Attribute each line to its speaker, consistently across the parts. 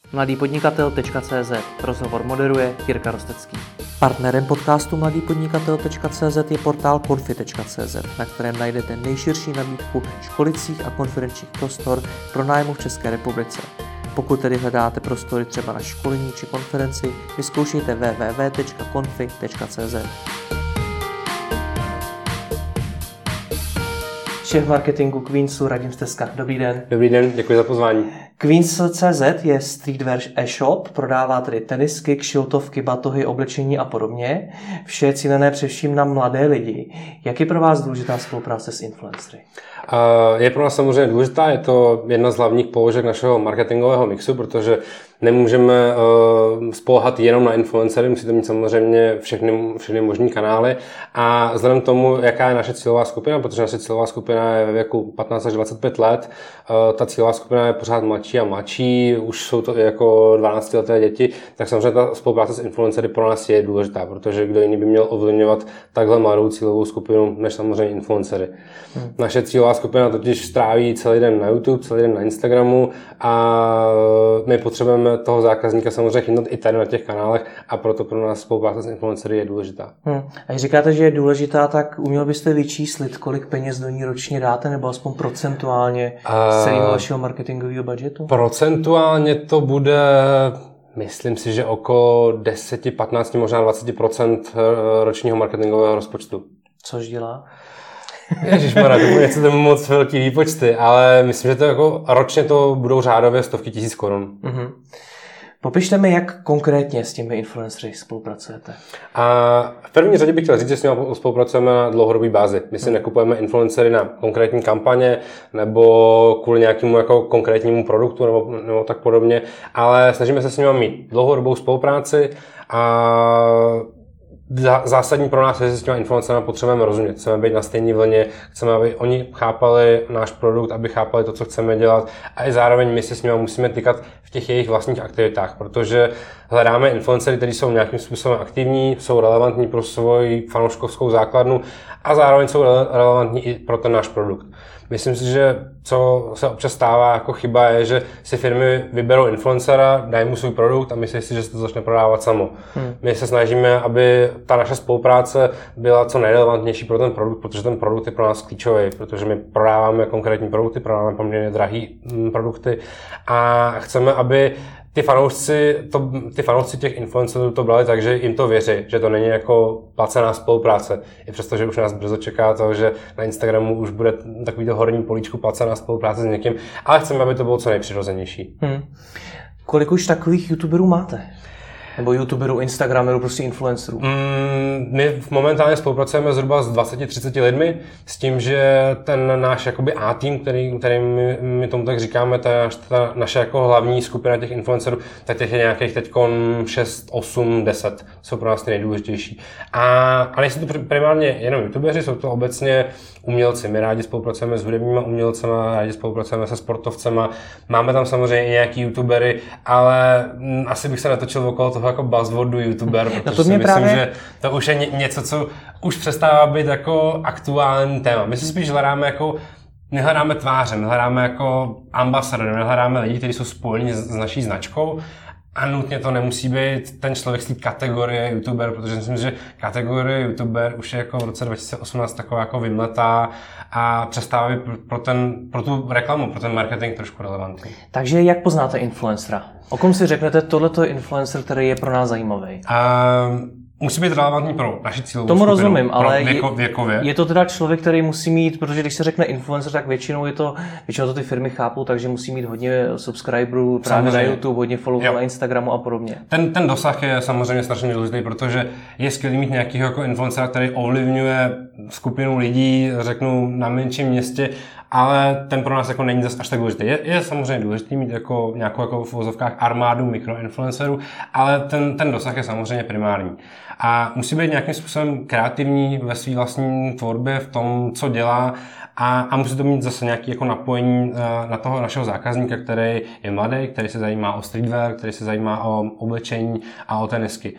Speaker 1: mladýpodnikatel.cz. Rozhovor moderuje Jirka Rostecký. Partnerem podcastu mladýpodnikatel.cz je portál konfi.cz, na kterém najdete nejširší nabídku školicích a konferenčních prostor pro nájmu v České republice. Pokud tedy hledáte prostory třeba na školení či konferenci, vyzkoušejte www.konfi.cz. Šéf marketingu Queensu Radim Stezka. Dobrý den.
Speaker 2: Dobrý den, děkuji za pozvání.
Speaker 1: Queens.cz je streetwear e-shop, prodává tedy tenisky, kšiltovky, batohy, oblečení a podobně. Vše je cílené především na mladé lidi. Jak je pro vás důležitá spolupráce s influencery?
Speaker 2: Je pro nás samozřejmě důležitá, je to jedna z hlavních položek našeho marketingového mixu, protože nemůžeme spoléhat jenom na influencery, musíte mít samozřejmě všechny možné kanály. A vzhledem k tomu, jaká je naše cílová skupina, protože naše cílová skupina je ve věku 15 až 25 let, ta cílová skupina je pořád mladší a mladší, už jsou to i jako 12leté děti, tak samozřejmě ta spolupráce s influencery pro nás je důležitá, protože kdo jiný by měl ovlivňovat takhle mladou cílovou skupinu, než samozřejmě influencery. Naše cílová skupina totiž stráví celý den na YouTube, celý den na Instagramu a my potřebujeme toho zákazníka samozřejmě chytnout i tady na těch kanálech a proto pro nás spolupráce s influencery je důležitá.
Speaker 1: A když říkáte, že je důležitá, tak uměl byste vyčíslit, kolik peněz do ní ročně dáte, nebo aspoň procentuálně z celého vašeho marketingového budžetu?
Speaker 2: Procentuálně to bude, myslím si, že okolo 10, 15, možná 20% ročního marketingového rozpočtu.
Speaker 1: Což dělá?
Speaker 2: Ježišmarja, to bude něco tomu moc velký výpočty, ale myslím, že to jako ročně to budou řádově stovky tisíc korun.
Speaker 1: Mm-hmm. Popište mi, jak konkrétně s těmi influencery spolupracujete.
Speaker 2: V první řadě bych chtěl říct, že s nimi spolupracujeme na dlouhodobé bázi. My si nekupujeme influencery na konkrétní kampaně nebo kvůli nějakému jako konkrétnímu produktu nebo tak podobně, ale snažíme se s nimi mít dlouhodobou spolupráci a zásadní pro nás je, že s těma influencerama potřebujeme rozumět. Chceme být na stejné vlně, chceme, aby oni chápali náš produkt, aby chápali to, co chceme dělat a i zároveň my se s nimi musíme tykat v těch jejich vlastních aktivitách, protože hledáme influencery, kteří jsou nějakým způsobem aktivní, jsou relevantní pro svoji fanouškovskou základnu a zároveň jsou relevantní i pro ten náš produkt. Myslím si, že co se občas stává jako chyba je, že si firmy vyberou influencera, dají mu svůj produkt a myslí si, že se to začne prodávat samo. My se snažíme, aby ta naše spolupráce byla co nejrelevantnější pro ten produkt, protože ten produkt je pro nás klíčový, protože my prodáváme konkrétní produkty, prodáváme poměrně drahé produkty a chceme, aby ty fanoušci těch influencerů to brali tak, že jim to věří, že to není jako placená spolupráce. I přesto, že už nás brzo čeká to, že na Instagramu už bude takovýto horní políčku placená spolupráce s někým, ale chceme, aby to bylo co nejpřirozenější.
Speaker 1: Kolik už takových youtuberů máte? Nebo youtuberů, instagramerů, prostě influencerů?
Speaker 2: My momentálně spolupracujeme zhruba s 20-30 lidmi, s tím, že ten náš jakoby A-tým, který my tomu tak říkáme, ta naše jako hlavní skupina těch influencerů, tak těch je nějakých teďkon 6, 8, 10, jsou pro nás ty nejdůležitější. A nejsou to primárně jenom youtubeři, jsou to obecně umělci. My rádi spolupracujeme s hudebníma umělcema, rádi spolupracujeme se sportovcema, máme tam samozřejmě i nějaký youtubery, ale asi bych se netočil okolo toho jako buzzwordu youtuber, protože si myslím, že to už je něco, co už přestává být jako aktuální téma. My si spíš nehledáme tváře, nehledáme jako ambasadory, nehledáme lidi, kteří jsou spojeni s naší značkou. A nutně to nemusí být ten člověk z té kategorie youtuber, protože myslím, že kategorie youtuber už je jako v roce 2018 taková jako vymletá a přestává být pro tu reklamu, pro ten marketing trošku relevantní.
Speaker 1: Takže jak poznáte influencera? O kom si řeknete, tohleto je influencer, který je pro nás zajímavý?
Speaker 2: Musí být relevantní pro naši cílovou
Speaker 1: tomu
Speaker 2: skupinu,
Speaker 1: rozumím, ale
Speaker 2: věkově.
Speaker 1: Je to teda člověk, který musí mít, protože když se řekne influencer, tak většinou to ty firmy chápou, takže musí mít hodně subscriberů právě na YouTube, hodně followerů na Instagramu a podobně.
Speaker 2: Ten dosah je samozřejmě strašně důležitý, protože je skvělý mít nějakého jako influencera, který ovlivňuje skupinu lidí, řeknu na menším městě, ale ten pro nás jako není zase až tak důležitý. Je samozřejmě důležitý mít jako nějakou jako v uvozovkách armádu mikroinfluencerů, ale ten dosah je samozřejmě primární. A musí být nějakým způsobem kreativní ve své vlastní tvorbě v tom, co dělá a musí to mít zase nějaké jako napojení na toho našeho zákazníka, který je mladý, který se zajímá o streetwear, který se zajímá o oblečení a o tenisky.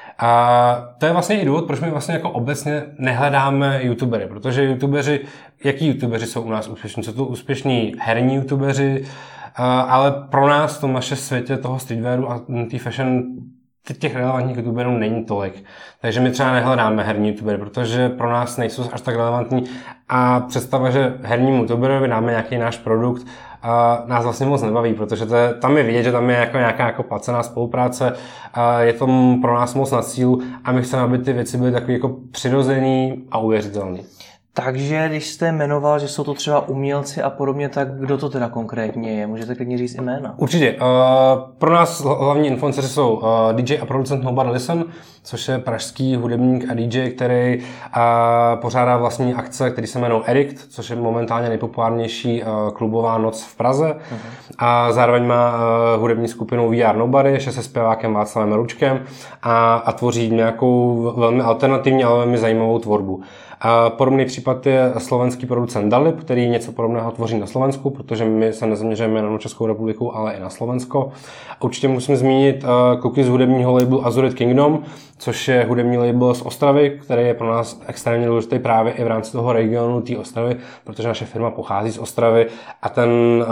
Speaker 2: A to je vlastně i důvod, proč my vlastně jako obecně nehledáme youtubery, protože jaký youtubeři jsou u nás úspěšní? Jsou to úspěšní herní youtubeři, ale pro nás v tom naše světě toho streetwearu a té fashion těch relevantních youtuberů není tolik. Takže my třeba nehledáme herní youtubery, protože pro nás nejsou až tak relevantní a představa, že hernímu youtuberovi dáme nějaký náš produkt, nás vlastně moc nebaví, protože tam je vidět, že tam je nějaká jako placená spolupráce, je to pro nás moc na sílu a my chceme, aby ty věci byly takový jako přirozený a uvěřitelný.
Speaker 1: Takže když jste jmenoval, že jsou to třeba umělci a podobně, tak kdo to teda konkrétně je? Můžete klidně říct jména?
Speaker 2: Určitě. Pro nás hlavní influenceři jsou DJ a producent Nobody Listen, což je pražský hudebník a DJ, který pořádá vlastní akce, který se jmenují Edict, což je momentálně nejpopulárnější klubová noc v Praze. A zároveň má hudební skupinu VR Nobody, ještě se zpěvákem Václavem Ručkem a tvoří nějakou velmi alternativní, ale velmi zajímavou tvorbu. Podobný případ je slovenský producent Dalib, který něco podobného tvoří na Slovensku, protože my se nezaměřujeme jenom na Českou republiku, ale i na Slovensko. Určitě musím zmínit kluky z hudebního labelu Azurit Kingdom, což je hudební label z Ostravy, který je pro nás extrémně důležitý právě i v rámci toho regionu té Ostravy, protože naše firma pochází z Ostravy a ten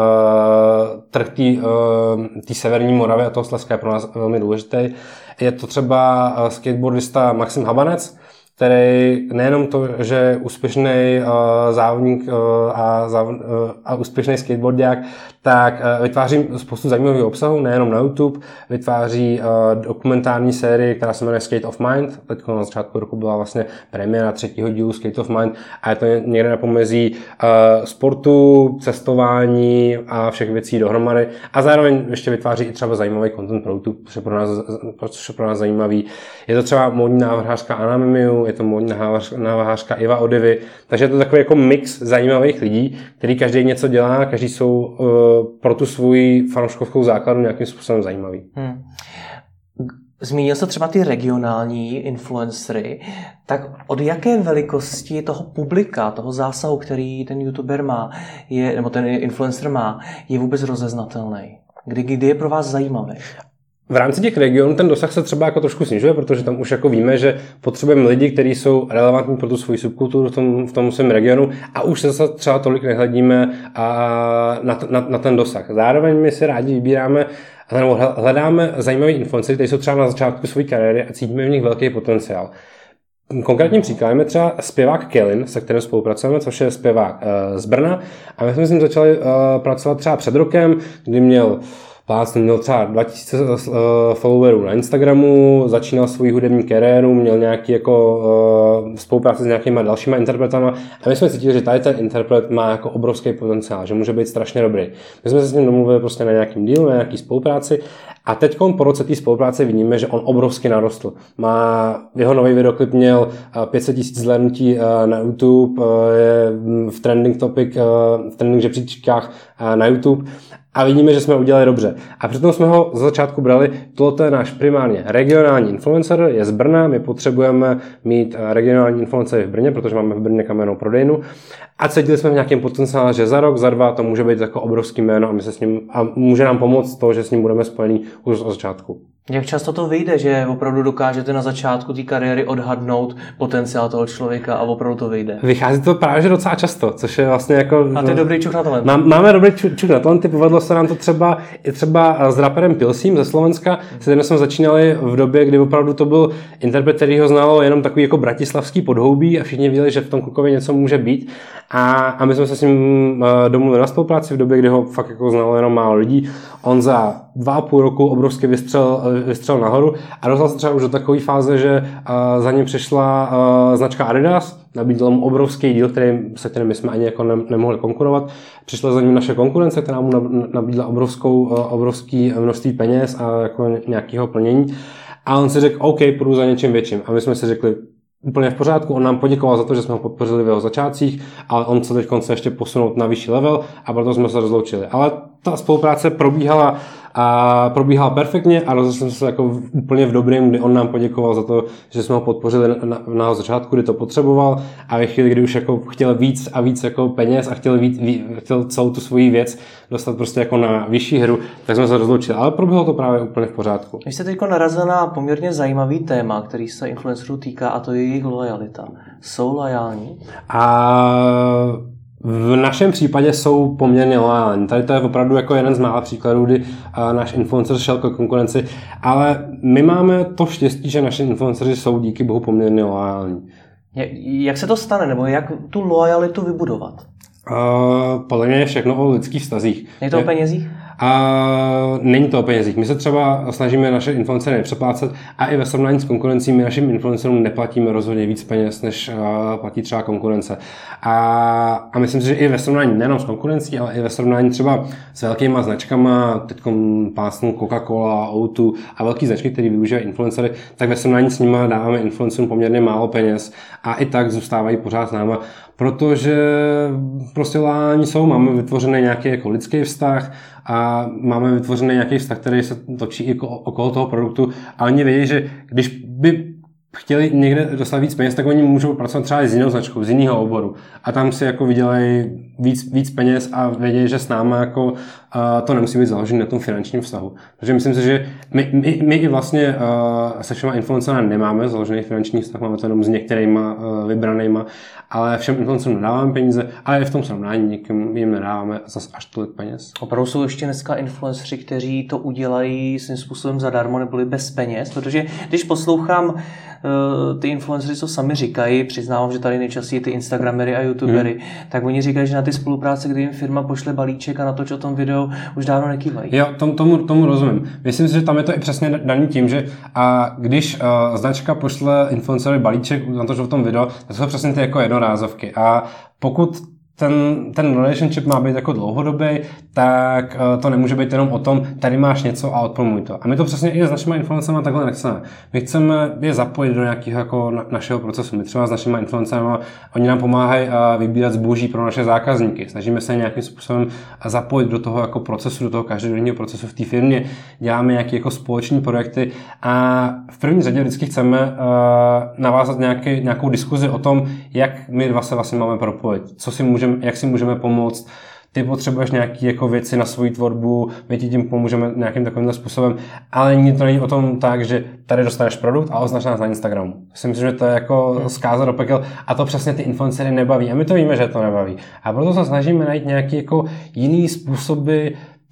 Speaker 2: trh té severní Moravy a toho Slezska je pro nás velmi důležitý. Je to třeba skateboardista Maxim Habanec, který nejenom to, že je úspěšný závodník a úspěšný skateboardiák, tak vytváří spoustu zajímavého obsahu, nejenom na YouTube, vytváří dokumentární sérii, která se jmenuje Skate of Mind. Teď na začátku roku byla vlastně premiéra 3. dílu Skate of Mind a je to někde na pomezí sportu, cestování a všech věcí dohromady. A zároveň ještě vytváří i třeba zajímavý content pro YouTube, což je pro nás zajímavý. Je to třeba módní návrhářka Anna Mimiu, je to módní návrhářka Iva Odivy, takže je to takový jako mix zajímavých lidí, který každý něco dělá, každý jsou pro tu svou fanouškovskou základnu nějakým způsobem zajímavý.
Speaker 1: Zmínil jste třeba ty regionální influencery, tak od jaké velikosti toho publika, toho zásahu, který ten youtuber má, nebo ten influencer má, je vůbec rozeznatelný? Kdy je pro vás zajímavý?
Speaker 2: V rámci těch regionů ten dosah se třeba jako trošku snižuje, protože tam už jako víme, že potřebujeme lidi, kteří jsou relevantní pro tu svoji subkulturu v tom svém regionu a už se třeba tolik nehledíme na ten dosah. Zároveň my si rádi vybíráme nebo hledáme zajímavé influencery, kteří jsou třeba na začátku své kariéry a cítíme v nich velký potenciál. Konkrétním příkladem je třeba zpěvák Kelin, se kterým spolupracujeme, což je zpěvák z Brna a my jsme s ním začali pracovat třeba před rokem, kdy měl třeba 2000 followerů na Instagramu, začínal svou hudební kariéru, měl nějaký jako spolupráci s nějakýma dalšíma interpretama a my jsme cítili, že tady ten interpret má jako obrovský potenciál, že může být strašně dobrý. My jsme se s ním domluvili prostě na nějakým dealu, na nějaký spolupráci a teď po roce té spolupráce vidíme, že on obrovsky narostl. Jeho nový videoklip měl 500 000 zhlédnutí na YouTube, je v trending topic, v trending žebříčkách na YouTube. A vidíme, že jsme udělali dobře. A přitom jsme ho za začátku brali, tohle je náš primárně regionální influencer, je z Brna, my potřebujeme mít regionální influencery v Brně, protože máme v Brně kamennou prodejnu. A cítili jsme v nějakém potenciálu, že za rok, za dva to může být jako obrovský jméno a my se s ním a může nám pomoct to, že s ním budeme spojení už od začátku.
Speaker 1: Jak často to vyjde, že opravdu dokážete na začátku té kariéry odhadnout potenciál toho člověka a opravdu to vyjde? Vychází
Speaker 2: to právě že docela často, což je vlastně jako...
Speaker 1: A to je dobrý čuch na talent.
Speaker 2: Máme dobrý čuch na talenty, povedlo se nám to třeba s raperem Pilsím ze Slovenska, se kterým jsme začínali v době, kdy opravdu to byl interpret, který ho znalo jenom takový jako bratislavský podhoubí a všichni viděli, že v tom klukovi něco může být. A my jsme se s ním domluvili na spolupráci v době, kdy ho fakt jako znalo jenom málo lidí. On za 2,5 roku obrovsky vystřelil nahoru a dostal se třeba už do takové fáze, že za ním přišla značka Adidas, nabídl mu obrovský díl, se kterým my jsme ani jako nemohli konkurovat. Přišla za ním naše konkurence, která mu nabídla obrovský množství peněz a jako nějakého plnění. A on si řekl, OK, půjdu za něčím větším. A my jsme si řekli, úplně v pořádku, on nám poděkoval za to, že jsme ho podpořili v jeho začátcích, ale on se teď chce ještě posunout na vyšší level a proto jsme se rozloučili. Ale ta spolupráce probíhala perfektně a rozhodli jsme se jako úplně v dobrým, kdy on nám poděkoval za to, že jsme ho podpořili na začátku, kdy to potřeboval a ve chvíli, kdy už jako chtěl víc a víc jako peněz a chtěl celou tu svoji věc dostat prostě jako na vyšší hru, tak jsme se rozloučili. Ale proběhlo to právě úplně v pořádku.
Speaker 1: Vy jste teď narazil na poměrně zajímavý téma, který se influencerů týká, a to je jejich loajalita. Jsou loajální?
Speaker 2: V našem případě jsou poměrně loajální. Tady to je opravdu jako jeden z mála příkladů, kdy náš influencer šel k konkurenci, ale my máme to štěstí, že naši influenceři jsou díky bohu poměrně loajální.
Speaker 1: Jak se to stane, nebo jak tu lojalitu vybudovat?
Speaker 2: Podle mě je všechno o lidských vztazích.
Speaker 1: Je to o penězích?
Speaker 2: Není to o penězích. My se třeba snažíme naše influencery nepřeplácet a i ve srovnání s konkurencí my našim influencerům neplatíme rozhodně víc peněz, než platí třeba konkurence. A myslím si, že i ve srovnání nejenom s konkurencí, ale i ve srovnání třeba s velkýma značkama, teď pásnu Coca-Cola, O2 a velký značky, které využívají influencery, tak ve srovnání s nimi dáváme influencerům poměrně málo peněz a i tak zůstávají pořád s náma, protože prostě loajální jsou, máme vytvořený nějaký jako lidský vztah a máme vytvořený nějaký vztah, který se točí i okolo toho produktu, ale oni vědí, že když by chtěli někde dostat víc peněz, tak oni můžou pracovat třeba s jinou značkou, z jiného oboru a tam si jako vydělají víc peněz a vědí, že s náma jako to nemusí být založené na tom finančním vztahu. Takže myslím si, že my i vlastně se všema influencerama nemáme založený finanční vztah, máme to jenom s některýma vybranýma, ale všem influencerům nedáváme peníze, ale i v tom srovnání někým jim nedáváme zase až tolik peněz.
Speaker 1: Opravdu jsou ještě dneska influenceri, kteří to udělají svým způsobem zadarmo nebo bez peněz, protože když poslouchám ty influencery, co sami říkají, přiznávám, že tady nejčastěji ty instagramery a youtubery, tak oni říkají, že na ty spolupráce, kdy jim firma pošle balíček a natoč o tom video, už dávno nekývají.
Speaker 2: Jo, tomu rozumím. Myslím si, že tam je to i přesně daný tím, že když značka pošle influencerovi balíček na to, že o tom video, to jsou přesně ty jako jednorázovky. A pokud ten relationship má být jako dlouhodobý, tak to nemůže být jenom o tom, tady máš něco a odpromuj to. A my to přesně i s našimi influencerami takhle nechceme. My chceme je zapojit do nějakého jako našeho procesu. My třeba s našimi influencerami, oni nám pomáhají vybírat zboží pro naše zákazníky. Snažíme se nějakým způsobem zapojit do toho jako procesu, do toho každodenního procesu v té firmě. Děláme nějaké jako společní projekty a v první řadě vždycky chceme navázat nějakou diskuzi o tom, jak my dva se vlastně máme propojit. Jak si můžeme pomoct, ty potřebuješ nějaké jako věci na svoji tvorbu, my ti tím pomůžeme nějakým takovýmhle způsobem, ale to není o tom tak, že tady dostaneš produkt a označ nás na Instagramu. Myslím si, že to je jako zkáza do pekel a to přesně ty influencery nebaví a my to víme, že to nebaví. A proto se snažíme najít nějaké jako jiný způsoby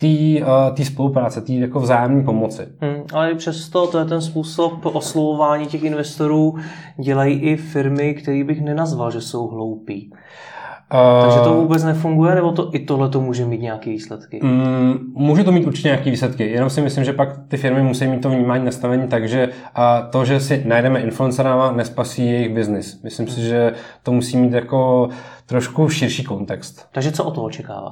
Speaker 2: té spolupráce, té jako vzájemné pomoci.
Speaker 1: Ale přesto to je ten způsob oslovování těch investorů, dělají i firmy, které bych nenazval, že jsou hloupí. Takže to vůbec nefunguje, nebo i tohle to může mít nějaké výsledky?
Speaker 2: Může to mít určitě nějaké výsledky, jenom si myslím, že pak ty firmy musí mít to vnímání nastavení, takže to, že si najdeme influencerama, nespasí jejich biznis. Myslím si, že to musí mít jako trošku širší kontext.
Speaker 1: Takže co od toho očekávat?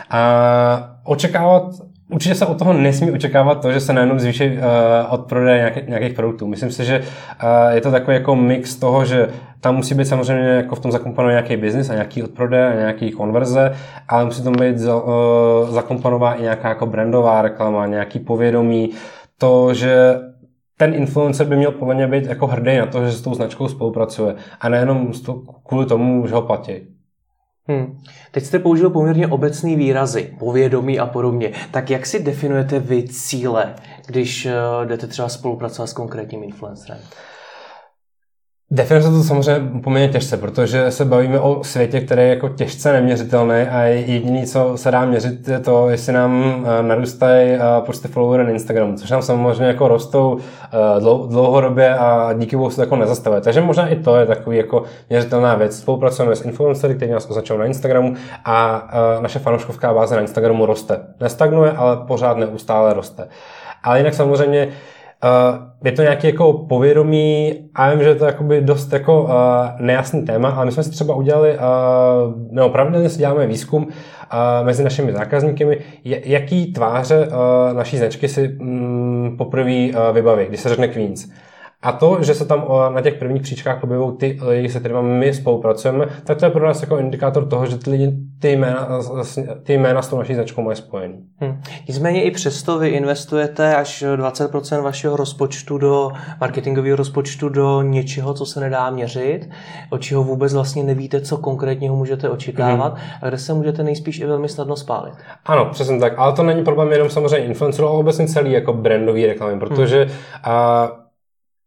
Speaker 2: Určitě se od toho nesmí očekávat to, že se najednou zvýší odprodej nějakých produktů. Myslím si, že je to takový jako mix toho, že tam musí být samozřejmě jako v tom zakomponovaný nějaký biznis a nějaký odprodej a nějaký konverze, ale musí tam být zakomponovaná i nějaká jako brandová reklama, nějaký povědomí, to, že ten influencer by měl podle mě být jako hrdý na to, že s tou značkou spolupracuje a nejenom kvůli tomu, že ho platí.
Speaker 1: Teď jste použil poměrně obecný výrazy, povědomí a podobně. Tak jak si definujete vy cíle, když jdete třeba spolupracovat s konkrétním influencerem?
Speaker 2: Definuje se to samozřejmě poměrně těžce, protože se bavíme o světě, který je jako těžce neměřitelný a jediné, co se dá měřit, je to, jestli nám narůstají počty followerů na Instagramu, což nám samozřejmě jako rostou dlouhodobě a díky bohu se to jako nezastavuje. Takže možná i to je takový jako měřitelná věc. Spolupracujeme s influencery, kteří nás označují na Instagramu a naše fanouškovská báze na Instagramu roste. Nestagnuje, ale pořád neustále roste. Ale jinak samozřejmě je to nějaké jako povědomí a vím, že je to jakoby dost jako nejasný téma, ale my jsme si třeba udělali, pravidelně si děláme výzkum mezi našimi zákazníky, jaký tváře naší značky si poprvé vybaví, když se řekne Queens. A to, že se tam na těch prvních příčkách objevují ty lidi, se kterými my spolupracujeme, tak to je pro nás jako indikátor toho, že ty lidi ty jména s tou naší značkou mají spojený.
Speaker 1: Nicméně i přesto vy investujete až 20% vašeho rozpočtu marketingového rozpočtu do něčeho, co se nedá měřit, od čeho vůbec vlastně nevíte, co konkrétního můžete očekávat a kde se můžete nejspíš i velmi snadno spálit.
Speaker 2: Ano, přesně tak, ale to není problém jenom samozřejmě influencerů, ale obecně celý jako brandový reklamy, protože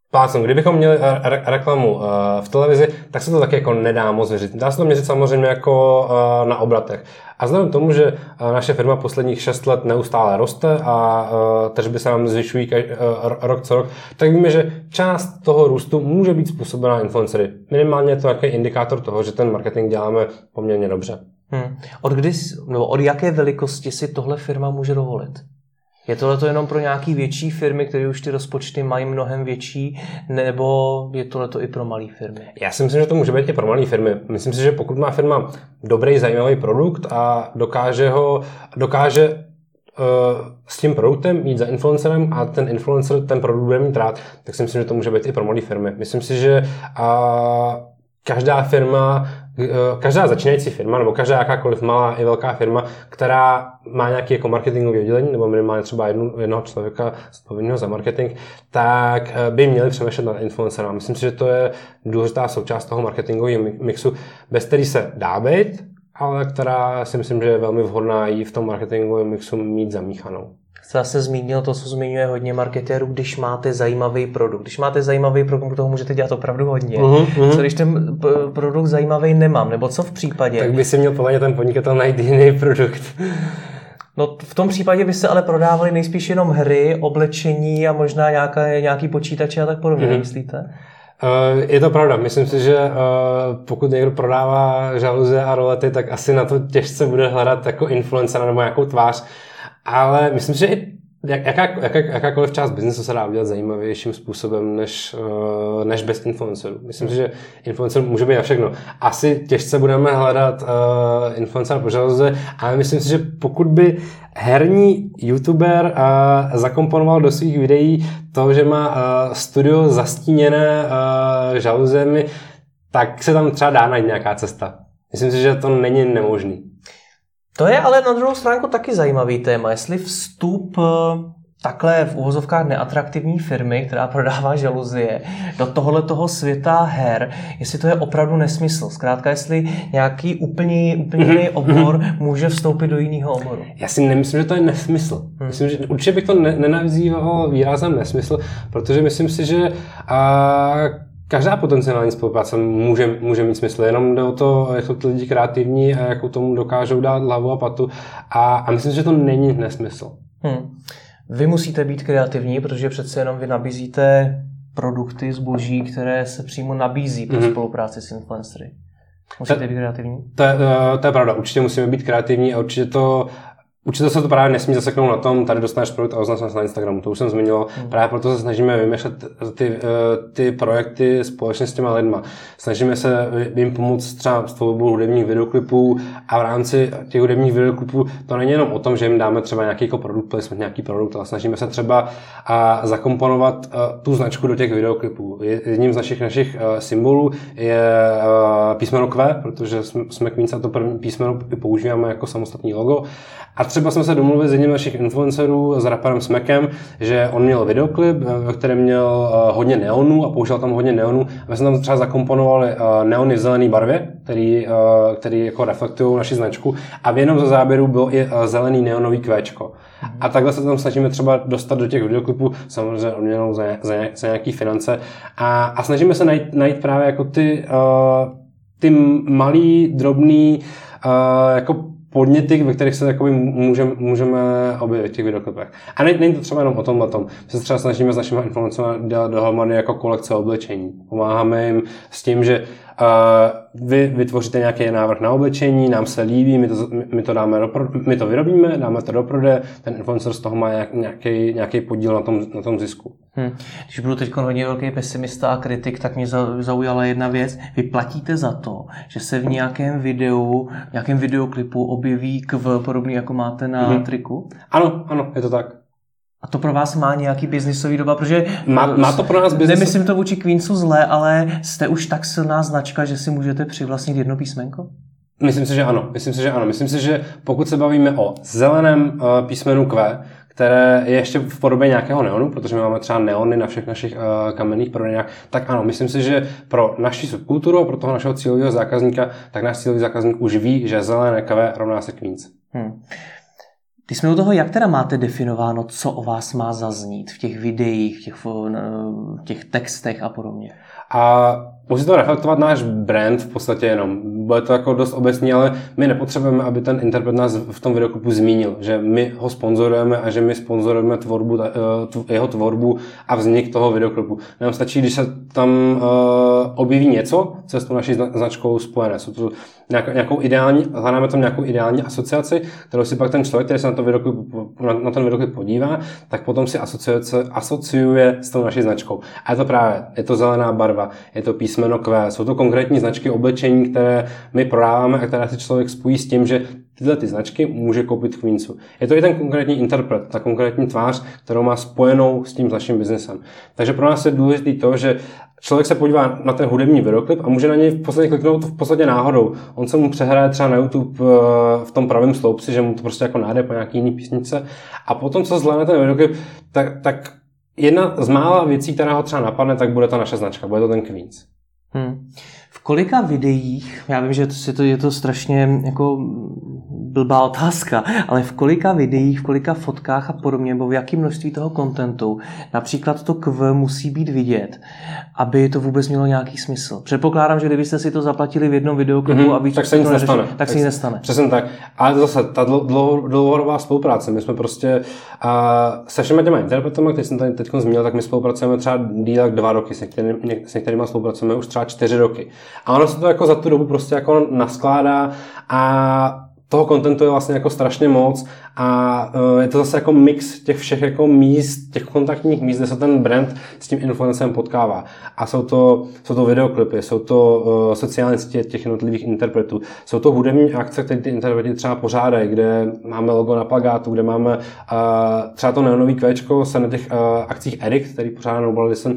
Speaker 2: Plácnu, kdybychom měli reklamu v televizi, tak se to taky jako nedá moc měřit. Dá se to měřit samozřejmě jako na obratech. A vzhledem k tomu, že naše firma posledních 6 let neustále roste a tržby se nám zvyšují rok co rok, tak víme, že část toho růstu může být způsobená influencery. Minimálně je to nějaký indikátor toho, že ten marketing děláme poměrně dobře.
Speaker 1: Od jaké velikosti si tohle firma může dovolit? Je tohleto jenom pro nějaký větší firmy, které už ty rozpočty mají mnohem větší, nebo je tohleto i pro malé firmy?
Speaker 2: Já si myslím, že to může být i pro malé firmy. Myslím si, že pokud má firma dobrý, zajímavý produkt a dokáže s tím produktem jít za influencerem a ten influencer ten produkt bude mít rád, tak si myslím, že to může být i pro malé firmy. Myslím si, že každá začínající firma, nebo každá jakákoliv malá i velká firma, která má nějaký jako marketingový oddělení, nebo minimálně třeba jednoho člověka zodpovědného za marketing, tak by měli přemýšlet nad influencerem. Myslím si, že to je důležitá součást toho marketingového mixu, bez který se dá být, ale která si myslím, že je velmi vhodná i v tom marketingovém mixu mít zamíchanou.
Speaker 1: Zase zmínil to, co zmiňuje hodně marketérů, když máte zajímavý produkt. Když máte zajímavý produkt, toho můžete dělat opravdu hodně. Co když ten produkt zajímavý nemám? Nebo co v případě?
Speaker 2: Tak by si měl podle mě ten podnikatel najít jiný produkt.
Speaker 1: No v tom případě by se ale prodávaly nejspíš jenom hry, oblečení a možná nějaký počítače a tak podobně, myslíte?
Speaker 2: Je to pravda. Myslím si, že pokud někdo prodává žaluzie a rolety, tak asi na to těžce bude hledat jako influencera nebo nějakou tvář. Ale myslím si, že i jakákoliv část biznesu se dá udělat zajímavějším způsobem než bez influencerů. Myslím si, že influencer může být na všechno. Asi těžce budeme hledat influencera po žaluze, ale myslím si, že pokud by herní youtuber zakomponoval do svých videí to, že má studio zastíněné žaluzemi, tak se tam třeba dá najít nějaká cesta. Myslím si, že to není nemožný.
Speaker 1: To je ale na druhou stránku taky zajímavý téma. Jestli vstup takhle v uvozovkách neatraktivní firmy, která prodává žaluzie, do tohoto světa her, jestli to je opravdu nesmysl. Zkrátka, jestli nějaký úplně jiný obor může vstoupit do jiného oboru.
Speaker 2: Já si nemyslím, že to je nesmysl. Myslím, že určitě bych to nenazýval výrazem nesmysl, protože myslím si, že každá potenciální spolupráce může mít smysl, jenom jde o to, jak jsou ty lidi kreativní a jakou tomu dokážou dát hlavu a patu a myslím, že to není nesmysl.
Speaker 1: Vy musíte být kreativní, protože přece jenom vy nabízíte produkty, zboží, které se přímo nabízí pro spolupráci s influencery. Musíte být kreativní?
Speaker 2: To je pravda, určitě musíme být kreativní a určitě se to právě nesmí zaseknout na tom, tady dostaneš produkt a označ na Instagramu, to už jsem zmiňoval. Právě proto se snažíme vymýšlet ty projekty společně s těma lidma. Snažíme se jim pomoct třeba s tvorbou hudebních videoklipů a v rámci těch hudebních videoklipů to není jenom o tom, že jim dáme třeba nějaký jako produkt placement, nějaký produkt, ale snažíme se třeba zakomponovat tu značku do těch videoklipů. Jedním z našich symbolů je písmeno Q, protože jsme Queens a to první písmeno používáme jako samostatný logo. A třeba jsme se domluvili s jedním z našich influencerů, s raperem Smekem, že on měl videoklip, ve kterém měl hodně neonů a používal tam hodně neonů. My jsme tam třeba zakomponovali neony v zelené barvě, který jako reflektují naši značku a v jednom ze záběrů bylo i zelený neonový kvéčko. A takhle se tam snažíme třeba dostat do těch videoklipů, samozřejmě odměnou za nějaký finance a snažíme se najít právě jako ty malý, drobný jako podněty, ve kterých se jakoby můžeme objevit v těch videoklipech. A není to třeba jenom o tomhletom. My se třeba snažíme s našimi influencery dělat dohromady jako kolekce oblečení. Pomáháme jim s tím, že vy vytvoříte nějaký návrh na oblečení, nám se líbí, my to vyrobíme, dáme to do prodeje, ten influencer z toho má nějaký podíl na tom zisku.
Speaker 1: Když budu teď hodně velký pesimista a kritik, tak mě zaujala jedna věc. Vy platíte za to, že se v nějakém videoklipu objeví KV podobný, jako máte na triku?
Speaker 2: Ano, je to tak.
Speaker 1: A to pro vás má nějaký biznisový doba, protože
Speaker 2: má to pro nás biznis.
Speaker 1: Nemyslím to vůči Queensu zle, ale jste už tak silná značka, že si můžete přivlastnit jedno písmenko?
Speaker 2: Myslím si, že ano. Myslím si, že pokud se bavíme o zeleném písmenu Q, které je ještě v podobě nějakého neonu, protože my máme třeba neony na všech našich kamenných prodejnách, tak ano, myslím si, že pro naši subkulturu a pro toho našeho cílového zákazníka, tak náš cílový zákazník už ví, že zelené Q rovná se Queens.
Speaker 1: Když jsme u toho, jak teda máte definováno, co o vás má zaznít v těch videích, v těch textech a podobně?
Speaker 2: A musí to reflektovat náš brand v podstatě jenom. Bude to jako dost obecný, ale my nepotřebujeme, aby ten interpret nás v tom videoklipu zmínil, že my ho sponzorujeme a že my sponzorujeme jeho tvorbu a vznik toho videoklipu. Nám stačí, když se tam objeví něco, co je s tou naší značkou spojené. Jsou to hledáme tam nějakou ideální asociaci, kterou si pak ten člověk, který se na ten videoklip podívá, tak potom si asociuje s tou naší značkou. A je to zelená barva, je to písmeno Q, jsou to konkrétní značky oblečení, které my prodáváme a které si člověk spojí s tím, že tyhle ty značky může koupit v Queensu. Je to i ten konkrétní interpret, ta konkrétní tvář, kterou má spojenou s tím naším biznesem. Takže pro nás je důležité to, že člověk se podívá na ten hudební videoklip a může na něj v podstatě kliknout v podstatě náhodou. On se mu přehraje třeba na YouTube v tom pravém sloupci, že mu to prostě jako nájde po nějaký jiný písničce. A potom, co zhlédne ten videoklip, tak jedna z mála věcí, která ho třeba napadne, tak bude ta naše značka, bude to ten Queens.
Speaker 1: V kolika videích, já vím, že je to strašně jako blbá otázka, ale v kolika videích, v kolika fotkách a podobně, nebo v jakém množství toho kontentu například to Q musí být vidět, aby to vůbec mělo nějaký smysl. Předpokládám, že kdybyste si to zaplatili v jednom videoklipu a víc,
Speaker 2: tak se nic nestane.
Speaker 1: Tak se nic nestane.
Speaker 2: Přesně tak. Ale to zase ta dlouhodobá spolupráce. My jsme prostě se všemi těma interpretama, které jsem tady teď zmínil, tak my spolupracujeme třeba díl 2 roky, s některými spolupracujeme už třeba 4 roky. A ono se to jako za tu dobu prostě jako naskládá a toho kontentu je vlastně jako strašně moc a je to zase jako mix těch všech jako míst, těch kontaktních míst, kde se ten brand s tím influencerem potkává. A jsou to videoklipy, jsou to sociální sítě těch jednotlivých interpretů, jsou to hudební akce, které ty interpreti třeba pořádají, kde máme logo na plakátu, kde máme třeba to neonový kvéčko se na těch akcích Eric, který pořádá Noble Listen,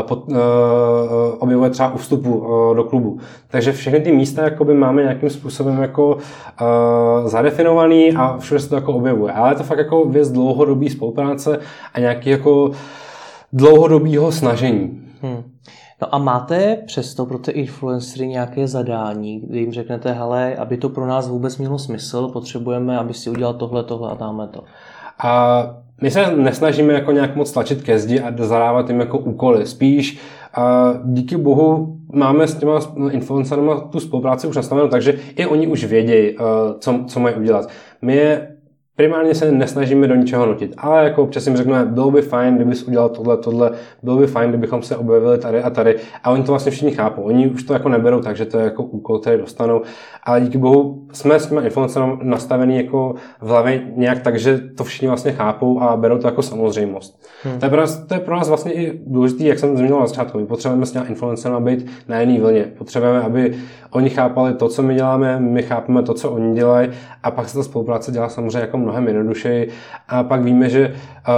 Speaker 2: objevuje třeba u vstupu do klubu. Takže všechny ty místa jakoby máme nějakým způsobem jako zadefinovaný a všude se to jako objevuje. Ale je to fakt jako věc dlouhodobý spolupráce a nějaký jako dlouhodobýho snažení.
Speaker 1: No a máte přesto pro ty influencery nějaké zadání, kdy jim řeknete, hele, aby to pro nás vůbec mělo smysl, potřebujeme, aby si udělal tohle a dáme to.
Speaker 2: A my se nesnažíme jako nějak moc tlačit ke zdi a zadávat jim jako úkoly. Spíš díky bohu máme s těma influencerama tu spolupráci už nastavenou, takže i oni už vědějí, co mají udělat. My je primárně se nesnažíme do ničeho nutit, ale jako občas jim řekneme, bylo by fajn, kdybys udělal tohle, bylo by fajn, kdybychom se objevili tady a tady. A oni to vlastně všichni chápou. Oni už to jako neberou, takže to je jako úkol, který dostanou. Ale díky bohu jsme s těma influencerami nastavený jako v hlavě nějak tak, že to všichni vlastně chápou a berou to jako samozřejmost. To je pro nás vlastně i důležité, jak jsem zmínil na začátku. My potřebujeme s těma influencerami být na jedné vlně. Potřebujeme, aby oni chápali to, co my děláme, my chápeme to, co oni dělají, a pak se ta spolupráce dělá samozřejmě jako mnohem jednodušeji. A pak víme, že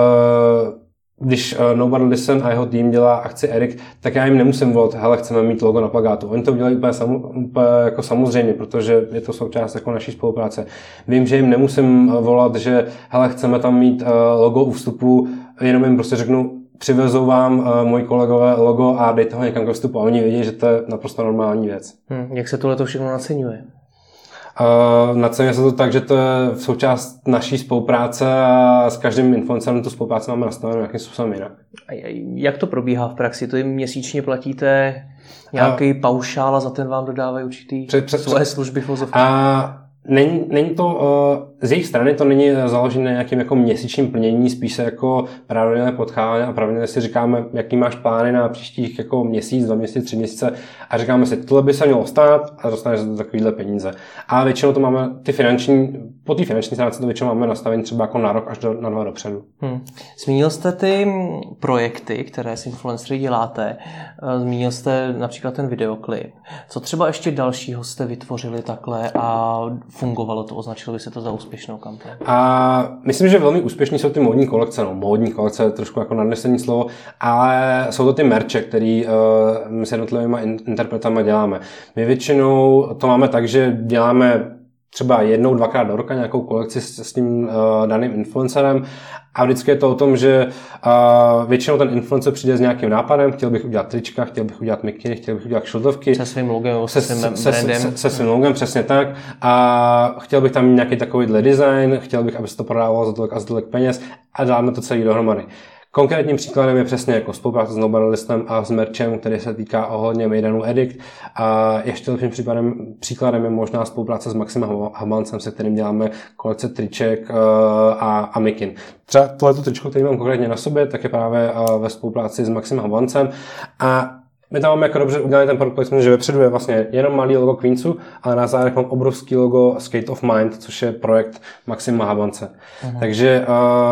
Speaker 2: když Nobody Listen a jeho tým dělá akci Eric, tak já jim nemusím volat, hele, chceme mít logo na plakátu. Oni to udělají úplně jako samozřejmě, protože je to součást jako naší spolupráce. Vím, že jim nemusím volat, že hele, chceme tam mít logo u vstupu, jenom jim prostě řeknu, přivezou vám moji kolegové logo a dejte ho někam ke vstupu. A oni vědí, že to je naprosto normální věc.
Speaker 1: Jak se tohle všechno naceňuje?
Speaker 2: Naceňuje se to tak, že to je v součást naší spolupráce a s každým influencerem tu spolupráci máme nastavenou nějakým způsobem jinak.
Speaker 1: Jak to probíhá v praxi? To jim měsíčně platíte nějaký paušál a za ten vám dodávají určitý svoje služby v vozovce?
Speaker 2: Není to, z jejich strany to není založené na nějakým jako měsíčním plnění, spíš se jako pravidelně potkáváme a pravidelně si říkáme, jaký máš plány na příštích jako měsíc, 2 měsíce, 3 měsíce a říkáme si, tohle by se mělo stát a dostaneš za takovýhle peníze. A většinou to máme po té finanční stránce to většinou máme nastavení třeba jako na rok až na 2 dopředu.
Speaker 1: Zmínil jste ty projekty, které s influencery děláte, zmínil jste například ten videoklip. Co třeba ještě dalšího jste vytvořili takhle a fungovalo to, označilo by se to za úspěšnou kampaň?
Speaker 2: A myslím, že velmi úspěšní jsou ty módní kolekce. Módní kolekce je trošku jako nadnesené slovo, ale jsou to ty merče, který my s jednotlivými interpretama děláme. My většinou to máme tak, že děláme třeba jednou, dvakrát do roka nějakou kolekci s tím daným influencerem a vždycky je to o tom, že většinou ten influencer přijde s nějakým nápadem, chtěl bych udělat trička, chtěl bych udělat mikiny, chtěl bych udělat šiltovky.
Speaker 1: Se svým logem, se svým brandem.
Speaker 2: Se svým logem, přesně tak. A chtěl bych tam mít nějaký takovýhle design, chtěl bych, aby se to prodávalo za tolik a za tolik peněz a dáme to celý dohromady. Konkrétním příkladem je přesně jako spolupráce s Nobelistem a s merchem, který se týká ohledně Mejdanu Edict. A ještě lepším příkladem je možná spolupráce s Maximem Habancem, se kterým děláme kolekce triček a mikin. Třeba tohleto tričko, který mám konkrétně na sobě, tak je právě ve spolupráci s Maximem Habancem. A my tam máme jako dobře udělaný ten produkt, že vepředu je vlastně jenom malý logo Queensu, ale na zádech mám obrovský logo Skate of Mind, což je projekt Maxima Habance. Takže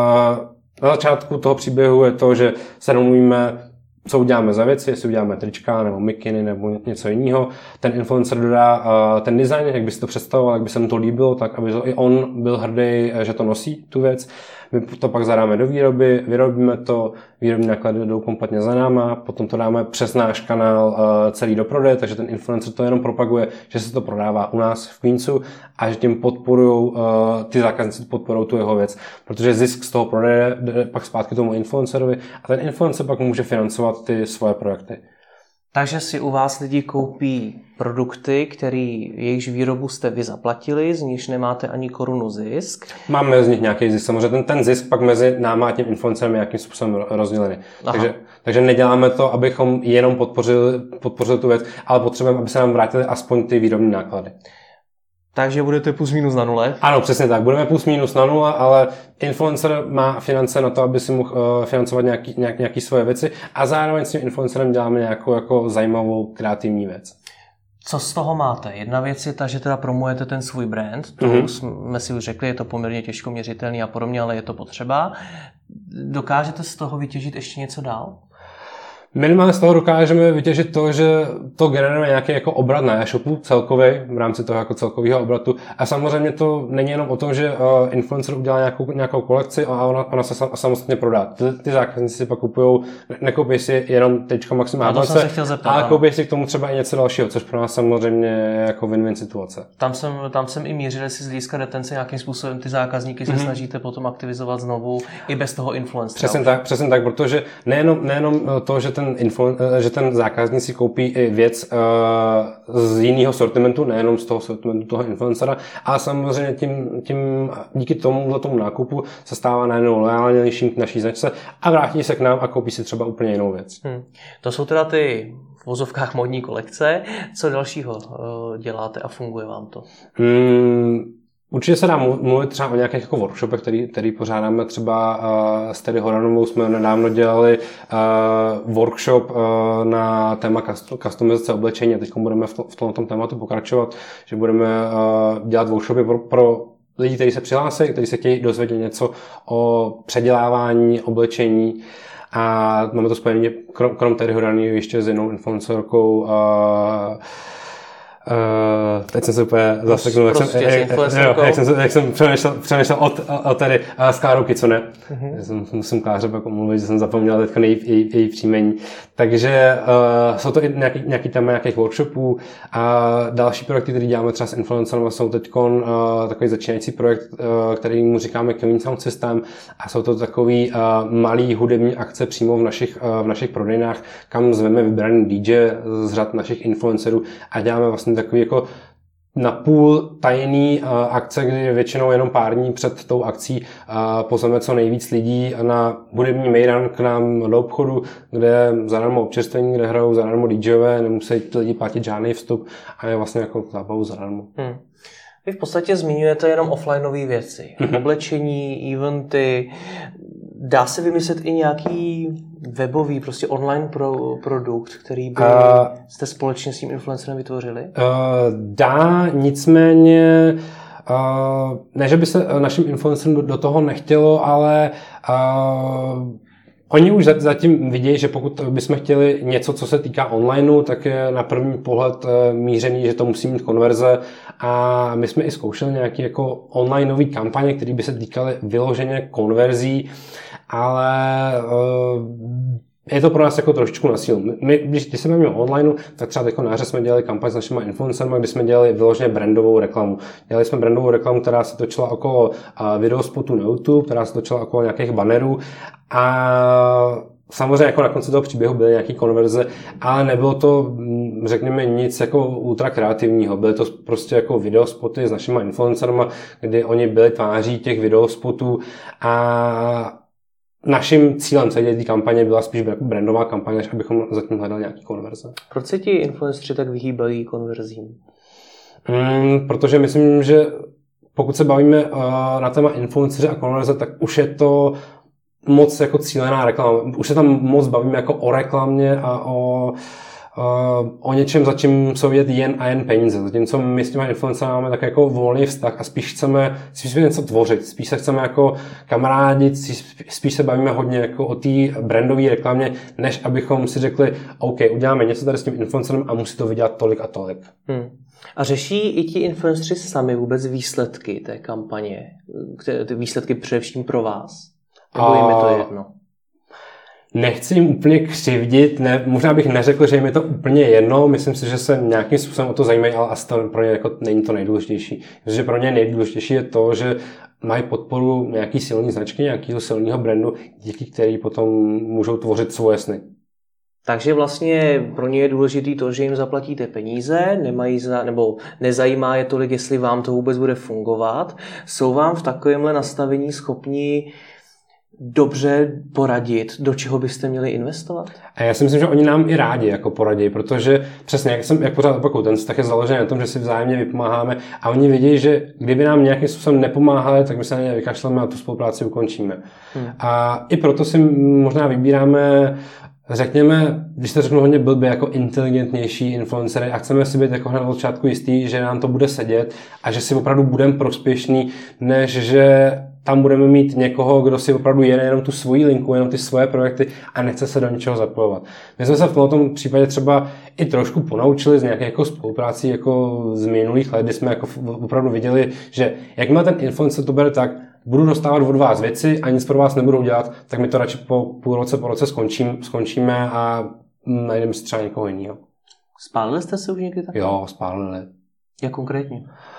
Speaker 2: na začátku toho příběhu je to, že se domluvíme, co uděláme za věci, jestli uděláme trička nebo mikiny nebo něco jiného. Ten influencer dodá ten design, jak by si to představoval, jak by se mu to líbilo, tak aby to i on byl hrdý, že to nosí, tu věc. My to pak zadáme do výroby, vyrobíme to, výrobní náklady jdou kompletně za náma, potom to dáme přes náš kanál celý do prodeje, takže ten influencer to jenom propaguje, že se to prodává u nás v Queensu a že tím podporujou, ty zákazníci podporují tu jeho věc, protože zisk z toho prodeje jde pak zpátky tomu influencerovi a ten influencer pak může financovat ty svoje projekty.
Speaker 1: Takže si u vás lidi koupí produkty, jejichž výrobu jste vy zaplatili, z níž nemáte ani korunu zisk.
Speaker 2: Máme z nich nějaký zisk. Samozřejmě ten zisk pak mezi náma a tím influencerem je nějakým způsobem rozdělený. Takže neděláme to, abychom jenom podpořili tu věc, ale potřebujeme, aby se nám vrátily aspoň ty výrobní náklady.
Speaker 1: Takže budete plus minus na nule?
Speaker 2: Ano, přesně tak. Budeme plus minus na nule, ale influencer má finance na to, aby si mohl financovat nějaký svoje věci a zároveň s tím influencerem děláme nějakou jako zajímavou kreativní věc.
Speaker 1: Co z toho máte? Jedna věc je ta, že teda promujete ten svůj brand, to jsme si už řekli, je to poměrně těžko měřitelný a podobně, ale je to potřeba. Dokážete z toho vytěžit ještě něco dál?
Speaker 2: Minimálně z toho dokážeme vytěžit to, že to generuje nějaký jako obrat na e-shopu celkový, v rámci toho jako celkového obratu. A samozřejmě to není jenom o tom, že influencer udělá nějakou kolekci a ona se samostatně prodá. Ty zákazníci si pak nekoupí si jenom tričko Maxima Habance, ale koupí si k tomu třeba i něco dalšího, což pro nás samozřejmě je jako win-win situace.
Speaker 1: Tam jsem i mířil, jestli z hlediska retence nějakým způsobem ty zákazníky se snažíte potom aktivizovat znovu i bez toho influencera.
Speaker 2: Přesně tak, protože nejenom to, že ten zákazník si koupí i věc z jiného sortimentu, nejenom z toho sortimentu toho influencera, ale samozřejmě díky tomu nákupu se stává najednou loajálnějším k naší značce a vrátí se k nám a koupí si třeba úplně jinou věc.
Speaker 1: To jsou teda ty v vozovkách modní kolekce. Co dalšího děláte a funguje vám to?
Speaker 2: Určitě se dá mluvit třeba o nějakých jako workshopech, který pořádáme třeba s Terry Horanovou. Jsme nedávno dělali workshop na téma customizace oblečení a teď budeme v tomto tématu pokračovat, že budeme dělat workshopy pro lidi, kteří se přihlásí, kteří se chtějí dozvědět něco o předělávání oblečení. A máme to spojení krom Terry Horanové ještě s jinou influencerkou teď jsem se úplně zaseknul, jak jsem přemýšlel o tady s Klárou Kicone. Musím Kláře pak omluvit, že jsem zapomněl teď její příjmení. Takže jsou to i nějaký téma nějakých workshopů a další projekty, které děláme třeba s influencerem, jsou teď takový začínající projekt, který mu říkáme Queen Sound System a jsou to takový malý hudební akce přímo v našich prodejnách, kam zveme vybraný DJ z řad našich influencerů a děláme vlastně takový jako napůl tajný akce, kdy většinou jenom pár dní před tou akcí pozveme co nejvíc lidí na hudební mejdan k nám do obchodu, kde je zadarmo občerstvení, kde hrajou zadarmo DJové, nemusí ty lidi platit žádný vstup a je vlastně jako zábavu zadarmo.
Speaker 1: Vy v podstatě zmiňujete jenom offlineové věci. Oblečení, eventy. Dá se vymyslet i nějaký webový, prostě online produkt, který by jste společně s tím influencerem vytvořili?
Speaker 2: Dá, nicméně ne, že by se našim influencerům do toho nechtělo, ale oni už zatím vidějí, že pokud bychom chtěli něco, co se týká onlineu, tak je na první pohled mířený, že to musí mít konverze a my jsme i zkoušeli nějaké jako onlineové kampaně, které by se týkaly vyloženě konverzí, ale je to pro nás jako trošičku na sílu. My, když se bavíme online, tak třeba teď na jaře jsme dělali kampaň s našimi influencermi, kdy jsme dělali vyloženě brandovou reklamu. Dělali jsme brandovou reklamu, která se točila okolo videospotů na YouTube, která se točila okolo nějakých bannerů a samozřejmě jako na konci toho příběhu byly nějaké konverze, ale nebylo to, řekněme, nic jako ultra kreativního. Byly to prostě jako videospoty s našimi influencerma, kdy oni byli tváří těch videospotů a naším cílem celé té kampaně byla spíš brandová kampaně, než abychom zatím hledali nějaký konverze.
Speaker 1: Proč se ti influenceri tak vyhýbají konverzím?
Speaker 2: Protože myslím, že pokud se bavíme na téma influenceři a konverze, tak už je to moc jako cílená reklama. Už se tam moc bavíme jako o reklamě a o něčem, za čím jsou vidět jen a jen peníze. Zatímco my s těma influencery máme tak jako volný vztah a spíš chceme něco tvořit, spíš se chceme jako kamarádit, spíš se bavíme hodně jako o té brandové reklamě, než abychom si řekli, OK, uděláme něco tady s tím influencerem a musí to vydělat tolik a tolik.
Speaker 1: A řeší i ti influenceri sami vůbec výsledky té kampaně? Ty výsledky především pro vás? Nebo jim je to jedno?
Speaker 2: Nechci jim úplně křivdit, možná bych neřekl, že jim je to úplně jedno, myslím si, že se nějakým způsobem o to zajímají, ale asi to pro ně jako není to nejdůležitější. Protože pro ně nejdůležitější je to, že mají podporu nějaký silný značky, nějakého silného brandu, díky který potom můžou tvořit svoje sny.
Speaker 1: Takže vlastně pro ně je důležité to, že jim zaplatíte peníze, nebo nezajímá je tolik, jestli vám to vůbec bude fungovat. Jsou vám v takovémhle nastavení schopni dobře poradit, do čeho byste měli investovat?
Speaker 2: A já si myslím, že oni nám i rádi jako poradí, protože přesně, jak pořád opakuju, ten vztah je založený na tom, že si vzájemně vypomáháme a oni vidí, že kdyby nám nějakým způsobem nepomáhali, tak my se na ně vykašleme a tu spolupráci ukončíme. A i proto si možná vybíráme, řekněme, když to řeknu hodně blbě, jako inteligentnější influencery a chceme si být jako hned od začátku jistý, že nám to bude sedět a že si opravdu budeme prospěšný, než že tam budeme mít někoho, kdo si opravdu jede jenom tu svoji linku, jenom ty svoje projekty a nechce se do ničeho zapojovat. My jsme se v tomto případě třeba i trošku ponaučili z nějaké jako spoluprácí jako z minulých let, kdy jsme jako opravdu viděli, že jakmile ten influencer to bere tak, budu dostávat od vás věci a nic pro vás nebudu dělat, tak my to radši po roce skončíme a najdeme si třeba někoho jiného.
Speaker 1: Spálili jste se už někdy tak?
Speaker 2: Jo, spálili.
Speaker 1: Jak konkrétně?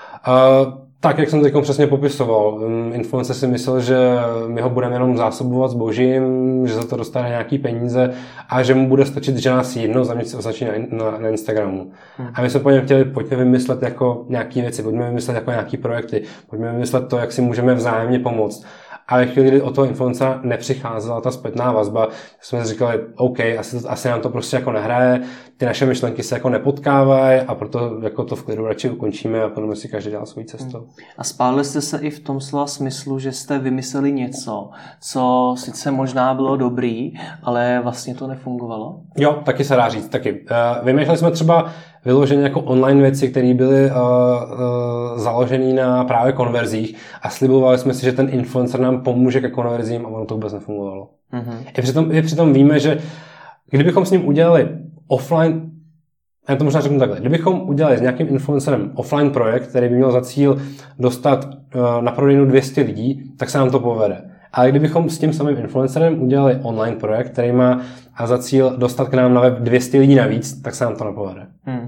Speaker 2: Tak, jak jsem teď přesně popisoval. Influencer si myslel, že my ho budeme jenom zásobovat zbožím, že za to dostane nějaký peníze a že mu bude stačit, že nás jednou za měsíc označí na Instagramu. A my jsme po něm chtěli, pojďme vymyslet jako nějaké věci, pojďme vymyslet jako nějaké projekty, pojďme vymyslet to, jak si můžeme vzájemně pomoct. A ve chvíli, kdy od toho influencera nepřicházela ta zpětná vazba, jsme si říkali, OK, asi nám to prostě jako nehraje, ty naše myšlenky se jako nepotkávají a proto jako to v klidu radši ukončíme a budeme si každý dělat svou cestu.
Speaker 1: A spálili jste se i v tom slova smyslu, že jste vymysleli něco, co sice možná bylo dobrý, ale vlastně to nefungovalo? Jo,
Speaker 2: taky se dá říct, taky. Vymýšleli jsme třeba vyloženě jako online věci, které byly založené na právě konverzích a slibovali jsme si, že ten influencer nám pomůže ke konverzím a ono to vůbec nefungovalo. I přitom víme, že kdybychom s ním udělali offline, já to možná řeknu takhle, kdybychom udělali s nějakým influencerem offline projekt, který by měl za cíl dostat na prodejnu 200 lidí, tak se nám to povede. Ale kdybychom s tím samým influencerem udělali online projekt, který má za cíl dostat k nám na web 200 lidí navíc, tak se nám to nepovede.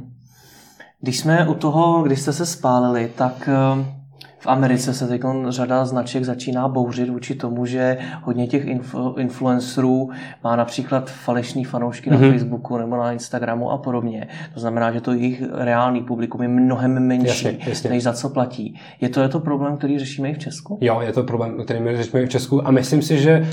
Speaker 1: Když jsme u toho, když jste se spálili, tak v Americe se teď řada značek začíná bouřit vůči tomu, že hodně těch influencerů má například falešní fanoušky na Facebooku nebo na Instagramu a podobně. To znamená, že to jejich reálný publikum je mnohem menší, jasně. Než za co platí. Je to problém, který řešíme i v Česku? Jo,
Speaker 2: je to problém, který my řešíme i v Česku a myslím si, že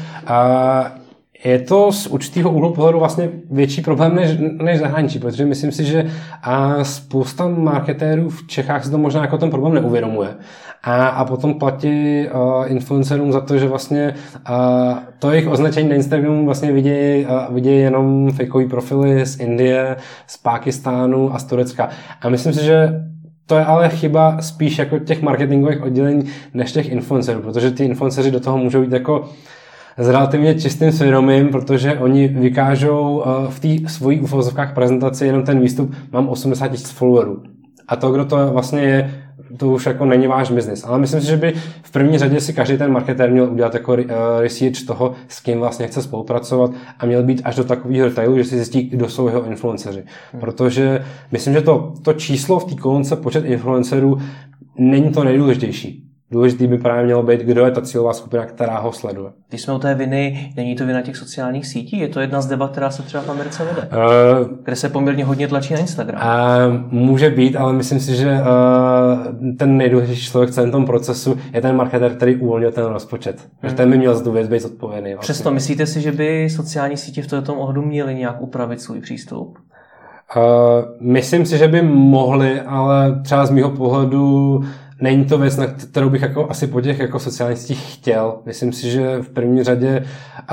Speaker 2: je to z určitého úhlu pohledu vlastně větší problém než zahraničí, protože myslím si, že spousta marketérů v Čechách si to možná jako ten problém neuvědomuje. A potom platí influencerům za to, že vlastně to jejich označení na Instagramu vlastně vidějí jenom fakeový profily z Indie, z Pákistánu a z Turecka. A myslím si, že to je ale chyba spíš jako těch marketingových oddělení než těch influencerů, protože ty influenceři do toho můžou jít jako s relativně čistým svědomím, protože oni vykážou v té svojí uvozovkách prezentaci jenom ten výstup, mám 80 000 followerů. A to, kdo to vlastně je, to už jako není váš biznis. Ale myslím si, že by v první řadě si každý ten marketér měl udělat jako research toho, s kým vlastně chce spolupracovat a měl být až do takového detailu, že si zjistí, kdo jsou jeho influenceři. Protože myslím, že to číslo v té kolonce počet influencerů není to nejdůležitější. Důležitý by právě mělo být, kdo je ta cílová skupina, která ho sleduje.
Speaker 1: Když jsme u té viny, není to vina těch sociálních sítí? Je to jedna z debat, která se třeba v Americe vede? Kde se poměrně hodně tlačí na Instagram.
Speaker 2: Může být, ale myslím si, že ten nejdůležitější člověk v celém tom procesu je ten marketér, který uvolňuje ten rozpočet. Že ten by měl za tu věc být zodpovědný. Vlastně.
Speaker 1: Přesto myslíte si, že by sociální sítě v tomto ohledu měly nějak upravit svůj přístup?
Speaker 2: Myslím si, že by mohli, ale třeba z mýho pohledu není to věc, na kterou bych jako asi po těch jako sociálních sítích chtěl. Myslím si, že v první řadě,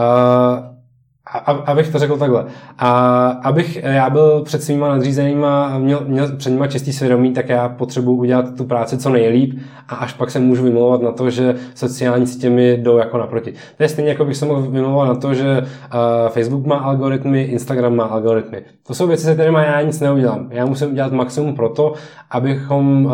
Speaker 2: abych to řekl takhle, abych já byl před svýma nadřízenýma, měl před nima čistý svědomí, tak já potřebuji udělat tu práci co nejlíp a až pak se můžu vymlouvat na to, že sociální sítě mi jdou jako naproti. To je stejně, jako bych se mohl vymlouvat na to, že Facebook má algoritmy, Instagram má algoritmy. To jsou věci, se kterými já nic neudělám. Já musím udělat maximum pro to, abychom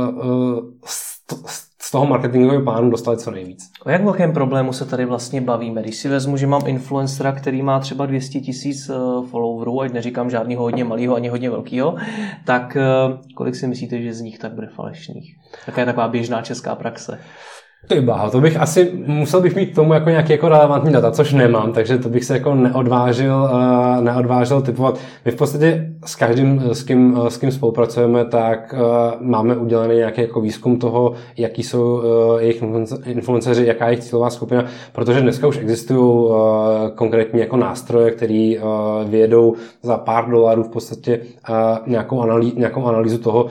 Speaker 2: z toho marketingového plánu dostali co nejvíc.
Speaker 1: O jak velkém problému se tady vlastně bavíme? Když si vezmu, že mám influencera, který má třeba 200 000 followerů, ať neříkám žádného hodně malého ani hodně velkého, tak kolik si myslíte, že z nich tak bude falešných? Taká je taková běžná česká praxe.
Speaker 2: Ty bláho, to bych asi, musel bych mít k tomu jako nějaký jako relevantní data, což nemám, takže to bych se jako neodvážil typovat. My v podstatě s každým, s kým spolupracujeme, tak máme udělaný nějaký jako výzkum toho, jaký jsou jejich influenceři, jaká je jejich cílová skupina, protože dneska už existují konkrétní jako nástroje, které vyjedou za pár dolarů v podstatě nějakou analýzu toho,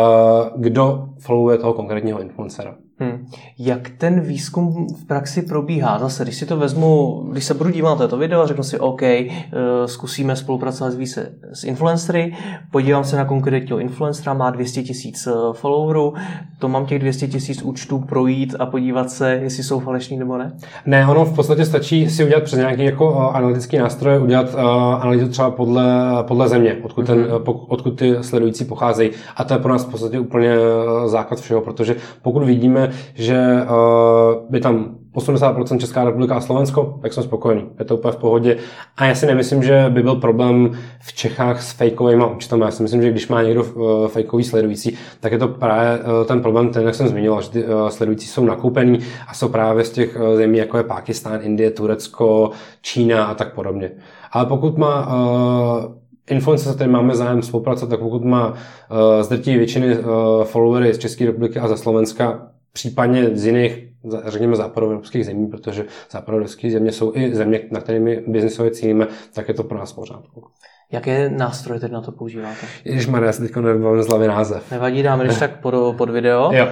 Speaker 2: kdo followuje toho konkrétního influencera.
Speaker 1: Jak ten výzkum v praxi probíhá? Zase, když si to vezmu, když se budu dívat na toto video a řeknu si, OK, zkusíme spolupracovat více s influencery, podívám se na konkrétního influencera, má 200 000 followerů, to mám těch 200 000 účtů projít a podívat se, jestli jsou falešní nebo ne?
Speaker 2: Ne, ono v podstatě stačí si udělat přes nějaký jako analytický nástroj, udělat analýzu třeba podle země, odkud ty sledující pocházejí. A to je pro nás v podstatě úplně základ všeho, protože pokud vidíme, že by tam 80% Česká republika a Slovensko, tak jsem spokojený. Je to úplně v pohodě. A já si nemyslím, že by byl problém v Čechách s fejkovými účtama. Já si myslím, že když má někdo fejkový sledující, tak je to právě ten problém, ten, jak jsem zmiňoval, že ty sledující jsou nakoupený a jsou právě z těch zemí, jako je Pákistán, Indie, Turecko, Čína a tak podobně. Ale pokud má influencer, se kterým máme zájem spolupracovat, tak pokud má z drtivé většiny followery z České republiky a ze Slovenska, případně z jiných, řekněme, západoevropských zemí, protože západoevropské země jsou i země, na kterými biznisově cílíme, tak je to pro nás v pořádku.
Speaker 1: Jaké nástroje teď na to používáte?
Speaker 2: Ježišmarja, já si teď nevybavím z hlavy název.
Speaker 1: Nevadí, dáme když tak pod video.
Speaker 2: Jo.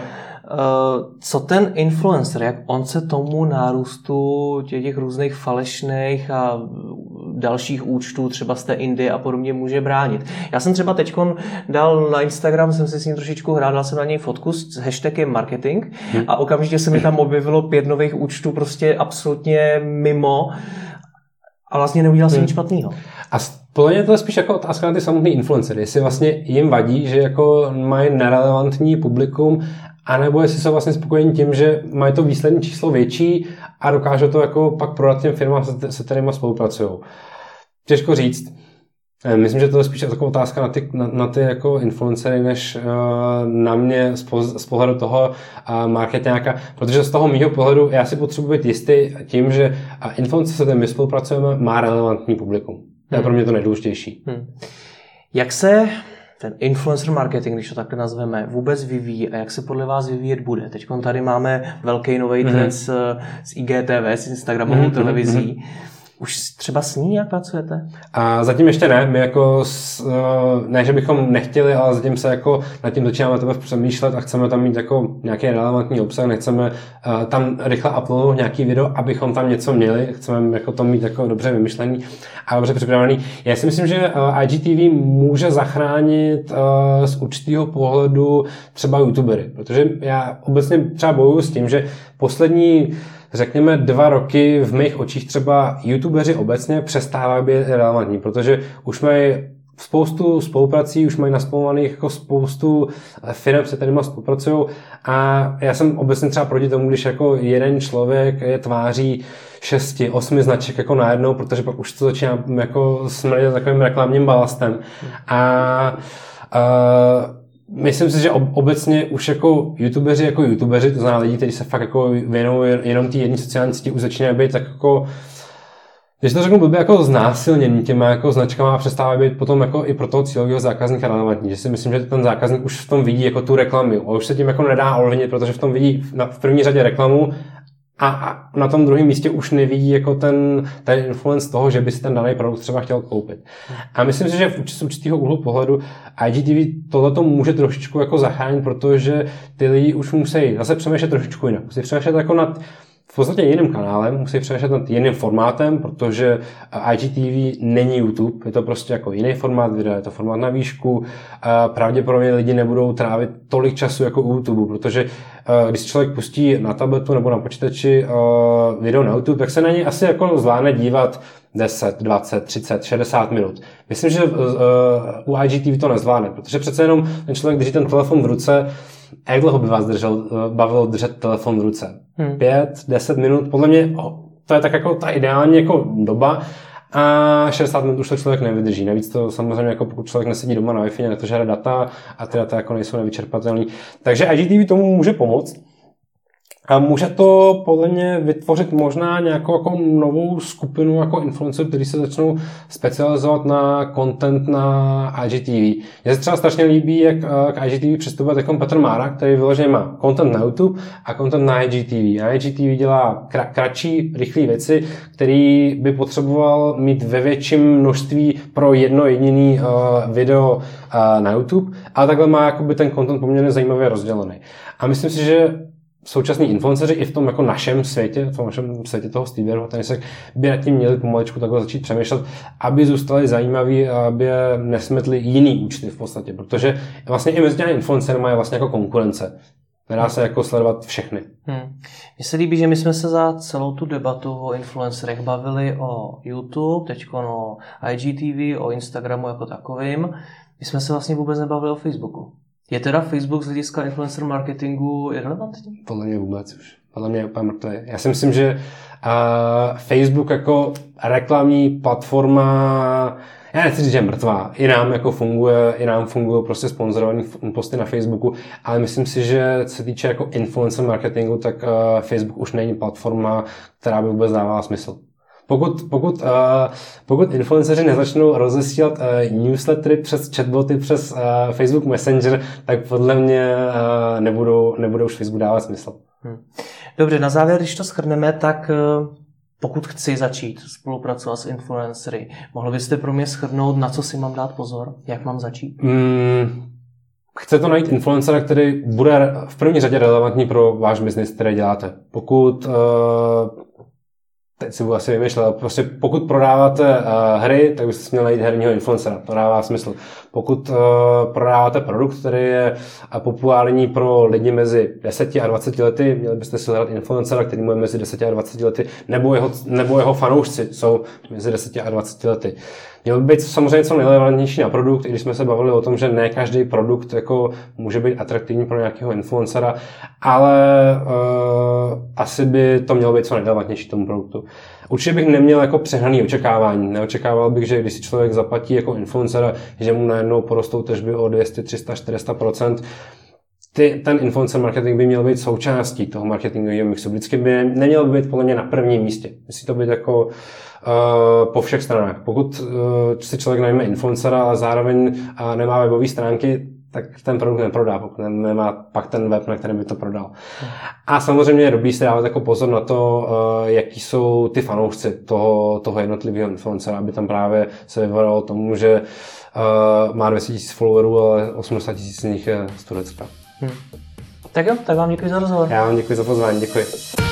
Speaker 1: Co ten influencer, jak on se tomu nárůstu těch různých falešných a dalších účtů, třeba z té Indie a podobně, může bránit? Já jsem třeba teďkon dal na Instagram, jsem si s ním trošičku hrál, dal jsem na něj fotku s hashtagem marketing a okamžitě se mi tam objevilo 5 nových účtů prostě absolutně mimo a vlastně neudělal jsem nic špatného.
Speaker 2: A podle mě to je spíš jako otázka na ty samotný influencery, jestli vlastně jim vadí, že jako mají nerelevantní publikum, anebo jestli jsou vlastně spokojení tím, že mají to výslední číslo větší a dokážou to jako pak prodat těm firmám, se kterými spolupracují. Těžko říct. Myslím, že to je spíš taková otázka na ty jako influencery, než na mě z pohledu toho marketáka, protože z toho mýho pohledu já si potřebuji být jistý tím, že influencer, se kterými spolupracujeme, má relevantní publikum. To je pro mě to nejdůležitější.
Speaker 1: Jak se ten influencer marketing, když to takhle nazveme, vůbec vyvíjí a jak se podle vás vyvíjet bude? Teď tady máme velký nový trend z IGTV, s Instagramovou televizí. Už třeba s ní nějak pracujete?
Speaker 2: A zatím ještě ne. My jako, ne, že bychom nechtěli, ale zatím se jako nad tím začínáme teprve přemýšlet a chceme tam mít jako nějaký relevantní obsah, nechceme tam rychle uploadnout nějaký video, abychom tam něco měli, chceme jako to mít jako dobře vymyšlený a dobře připravený. Já si myslím, že IGTV může zachránit z určitého pohledu třeba youtubery, protože já obecně třeba bojuju s tím, že poslední řekněme 2 roky v mých očích třeba youtubeři obecně přestávají být relevantní, protože už mají spoustu spoluprací, už mají naspomovaných jako spoustu firm, se kterýma spolupracují a já jsem obecně třeba proti tomu, když jako jeden člověk je tváří 6, 8 značek jako najednou, protože pak už to začíná jako smrdět takovým reklamním balastem. A myslím si, že obecně už jako youtubeři, to znamená lidi, kteří se fakt jako věnují jenom té jedné sociální síti, už začínají být tak jako, když to řeknu blbě, jako znásilnění těma jako značkama a přestává být potom jako i pro toho cílového zákazníka relevantní. Že si myslím, že ten zákazník už v tom vidí jako tu reklamu a už se tím jako nedá ovlivnit, protože v tom vidí v první řadě reklamu a na tom druhém místě už nevidí jako ten influence toho, že by si ten daný produkt třeba chtěl koupit. A myslím si, že z určitého úhlu pohledu IGTV tohleto může trošičku jako zachránit, protože ty lidi už musí zase přemýšlet trošičku jinak. Musí přemýšlet jako nad v podstatě jiným kanálem, musí přemýšlet nad jiným formátem, protože IGTV není YouTube, je to prostě jako jiný formát videa, je to formát na výšku. Pravděpodobně lidi nebudou trávit tolik času jako u YouTube, protože když člověk pustí na tabletu nebo na počítači video na YouTube, tak se na něj asi jako zvládne dívat 10, 20, 30, 60 minut. Myslím, že u IGTV to nezvládne, protože přece jenom ten člověk drží ten telefon v ruce. Jak dlouho by vás bavilo držet telefon v ruce? 5, 10 minut? Podle mě to je tak jako ta ideální jako doba a 60 minut už to člověk nevydrží. Navíc to samozřejmě jako pokud člověk nesedí doma na Wi-Fi, to žádá data a ty data jako nejsou nevyčerpatelný. Takže IGTV tomu může pomoct. A může to podle mě vytvořit možná nějakou jako novou skupinu jako influencerů, kteří se začnou specializovat na content na IGTV. Mně se třeba strašně líbí, jak k IGTV přistupuje jako Petr Mára, který vyloženě má content na YouTube a content na IGTV. A IGTV dělá kratší, rychlé věci, který by potřeboval mít ve větším množství pro jedno jediný video na YouTube, ale takhle má jakoby ten content poměrně zajímavě rozdělený. A myslím si, že současní influenceři i v tom jako našem světě, toho streameru, by nad tím měli pomaličku takhle začít přemýšlet, aby zůstali zajímaví a aby nesmetli jiný účty v podstatě, protože vlastně i mezi těmi influencerima je vlastně jako konkurence. Nedá se jako sledovat všechny.
Speaker 1: Mně se líbí, že my jsme se za celou tu debatu o influencerech bavili o YouTube, teďko o IGTV, o Instagramu jako takovým. My jsme se vlastně vůbec nebavili o Facebooku. Je teda Facebook z hlediska influencer marketingu irrelevantní?
Speaker 2: Podle mě vůbec už. Podle mě je úplně mrtvý. Já si myslím, že Facebook jako reklamní platforma, já nechci říct, že je mrtvá. I nám fungují prostě sponzorované posty na Facebooku, ale myslím si, že co se týče jako influencer marketingu, tak Facebook už není platforma, která by vůbec dávala smysl. Pokud influenceři nezačnou rozesílat newslettery přes chatboty, přes Facebook Messenger, tak podle mě nebude už Facebook dávat smysl.
Speaker 1: Dobře, na závěr, když to shrneme, tak pokud chci začít spolupracovat s influencery, mohli byste pro mě shrnout, na co si mám dát pozor? Jak mám začít?
Speaker 2: Chce to najít influencera, který bude v první řadě relevantní pro váš biznis, který děláte. Teď si budu asi vymýšlet, prostě pokud prodáváte hry, tak byste měli najít herního influencera, to dává smysl. Pokud prodáváte produkt, který je populární pro lidi mezi 10 a 20 lety, měli byste si hledat influencera, který je mezi 10 a 20 lety, nebo jeho fanoušci jsou mezi 10 a 20 lety. Měl by být samozřejmě co nejrelevantnější na produkt, i když jsme se bavili o tom, že ne každý produkt jako může být atraktivní pro nějakého influencera, ale asi by to mělo být co nejrelevantnější tomu produktu. Určitě bych neměl jako přehnaný očekávání. Neočekával bych, že když si člověk zaplatí jako influencera, že mu najednou porostou tržby o 200, 300, 400%. Ten influencer marketing by měl být součástí toho marketingového mixu. Vždycky by neměl být podle mě na prvním místě. Musí to být jako po všech stranách. Pokud si člověk najme influencera a zároveň nemá webové stránky, tak ten produkt neprodá, pokud nemá pak ten web, na kterém by to prodal. A samozřejmě je dobrý si dávat jako pozor na to, jaký jsou ty fanoušci toho jednotlivého influencera, aby tam právě se vyvaralo tomu, že má 200 000 followerů, ale 80 000 z nich je z Turecka.
Speaker 1: Tak jo, tak vám děkuji za rozhovor.
Speaker 2: Já vám děkuji za pozvání, děkuji.